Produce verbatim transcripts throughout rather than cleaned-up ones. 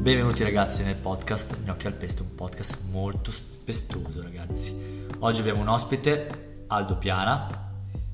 Benvenuti ragazzi nel podcast Gnocchi al Pesto, un podcast molto spestoso ragazzi. Oggi abbiamo un ospite, Aldo Piana.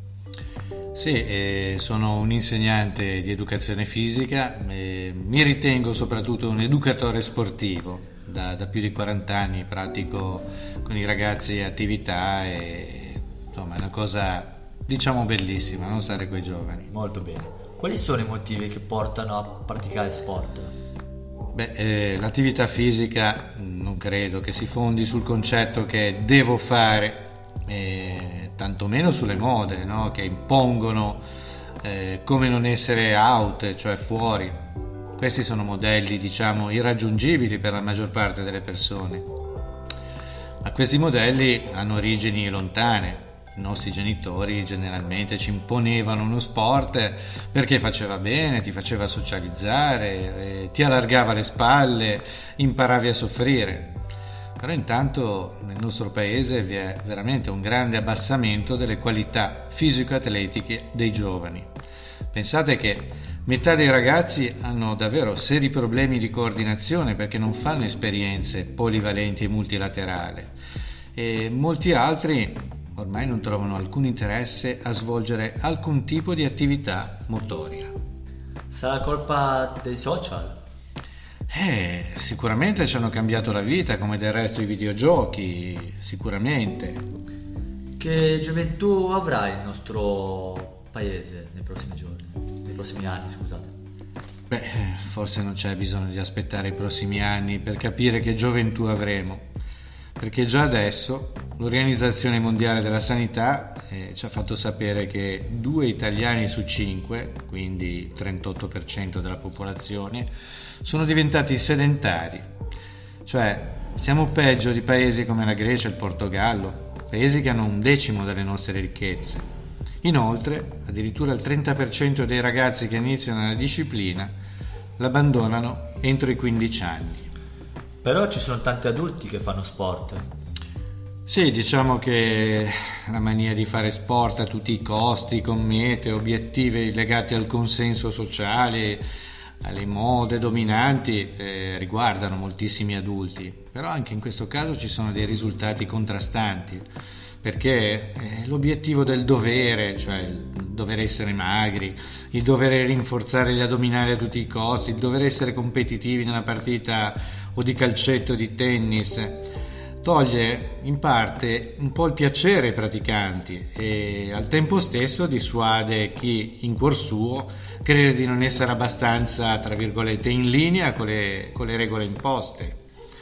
Sì, eh, sono un insegnante di educazione fisica, eh, mi ritengo soprattutto un educatore sportivo, da, da più di quaranta anni pratico con i ragazzi attività e insomma è una cosa diciamo bellissima, non stare coi giovani. Molto bene. Quali sono i motivi che portano a praticare sport? Beh, eh, l'attività fisica non credo che si fondi sul concetto che devo fare, eh, tantomeno sulle mode, no? Che impongono eh, come non essere out, cioè fuori. Questi sono modelli, diciamo, irraggiungibili per la maggior parte delle persone. Ma questi modelli hanno origini lontane. I nostri genitori generalmente ci imponevano uno sport perché faceva bene, ti faceva socializzare, eh, ti allargava le spalle, imparavi a soffrire. Però intanto nel nostro paese vi è veramente un grande abbassamento delle qualità fisico-atletiche dei giovani. Pensate che metà dei ragazzi hanno davvero seri problemi di coordinazione perché non fanno esperienze polivalenti e multilaterali e molti altri ormai non trovano alcun interesse a svolgere alcun tipo di attività motoria. Sarà colpa dei social? Eh, sicuramente ci hanno cambiato la vita, come del resto i videogiochi, sicuramente. Che gioventù avrà il nostro paese nei prossimi giorni, nei prossimi anni, scusate? Beh, forse non c'è bisogno di aspettare i prossimi anni per capire che gioventù avremo, perché già adesso l'Organizzazione Mondiale della Sanità eh, ci ha fatto sapere che due italiani su cinque, quindi il trentotto per cento della popolazione, sono diventati sedentari. Cioè siamo peggio di paesi come la Grecia e il Portogallo, paesi che hanno un decimo delle nostre ricchezze. Inoltre, addirittura il trenta per cento dei ragazzi che iniziano la disciplina l'abbandonano entro i quindici anni. Però ci sono tanti adulti che fanno sport. Sì, diciamo che la mania di fare sport a tutti i costi, con mete, obiettivi legati al consenso sociale, alle mode dominanti, eh, riguardano moltissimi adulti. Però anche in questo caso ci sono dei risultati contrastanti, perché eh, l'obiettivo del dovere, cioè il dover essere magri, il dover rinforzare gli addominali a tutti i costi, il dover essere competitivi nella partita o di calcetto o di tennis, toglie in parte un po' il piacere ai praticanti e al tempo stesso dissuade chi in cuor suo crede di non essere abbastanza, tra virgolette, in linea con le, con le regole imposte.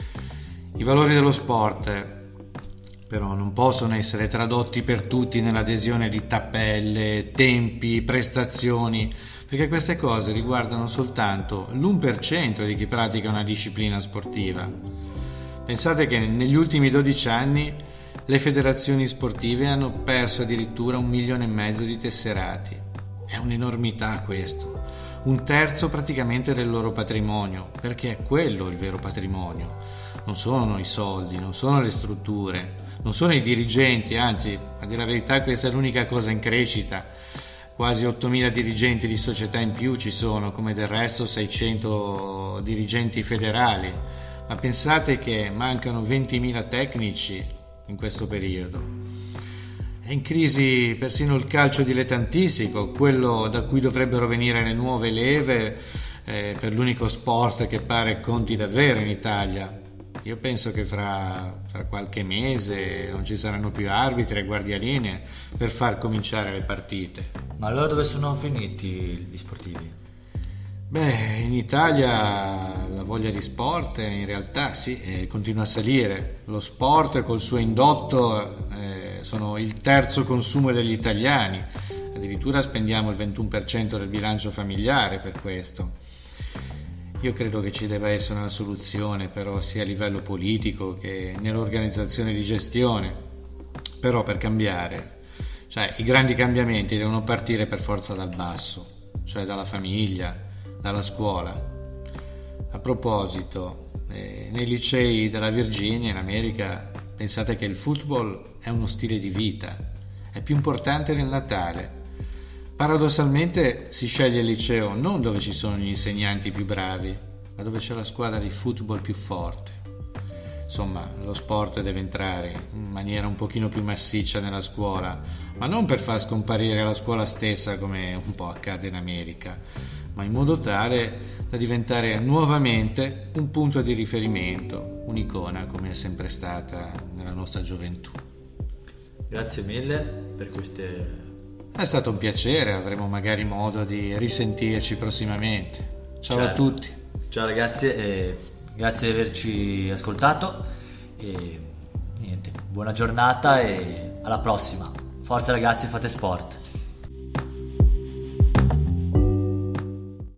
I valori dello sport però non possono essere tradotti per tutti nell'adesione di tappelle, tempi, prestazioni, perché queste cose riguardano soltanto l'uno per cento di chi pratica una disciplina sportiva. Pensate che negli ultimi dodici anni le federazioni sportive hanno perso addirittura un milione e mezzo di tesserati. È un'enormità questo, un terzo praticamente del loro patrimonio, perché è quello il vero patrimonio. Non sono i soldi, non sono le strutture, non sono i dirigenti, anzi, a dire la verità questa è l'unica cosa in crescita. Quasi ottomila dirigenti di società in più ci sono, come del resto seicento dirigenti federali. Ma pensate che mancano ventimila tecnici in questo periodo. È in crisi persino il calcio dilettantistico, quello da cui dovrebbero venire le nuove leve eh, per l'unico sport che pare conti davvero in Italia. Io penso che fra, fra qualche mese non ci saranno più arbitri e guardialine per far cominciare le partite. Ma allora dove sono finiti gli sportivi? Beh, in Italia la voglia di sport in realtà sì, eh, continua a salire. Lo sport col suo indotto eh, sono il terzo consumo degli italiani, addirittura spendiamo il ventuno per cento del bilancio familiare per questo. Io credo che ci debba essere una soluzione però sia a livello politico che nell'organizzazione di gestione, però per cambiare, cioè i grandi cambiamenti devono partire per forza dal basso, cioè dalla famiglia, dalla scuola. A proposito, eh, nei licei della Virginia in America pensate che il football è uno stile di vita, è più importante del Natale. Paradossalmente si sceglie il liceo non dove ci sono gli insegnanti più bravi, ma dove c'è la squadra di football più forte. Insomma, lo sport deve entrare in maniera un pochino più massiccia nella scuola, ma non per far scomparire la scuola stessa come un po' accade in America, ma in modo tale da diventare nuovamente un punto di riferimento, un'icona come è sempre stata nella nostra gioventù. Grazie mille per queste... È stato un piacere, avremo magari modo di risentirci prossimamente. Ciao Certo. a tutti. Ciao ragazzi, e grazie di averci ascoltato e niente, buona giornata e alla prossima. Forza ragazzi, fate sport.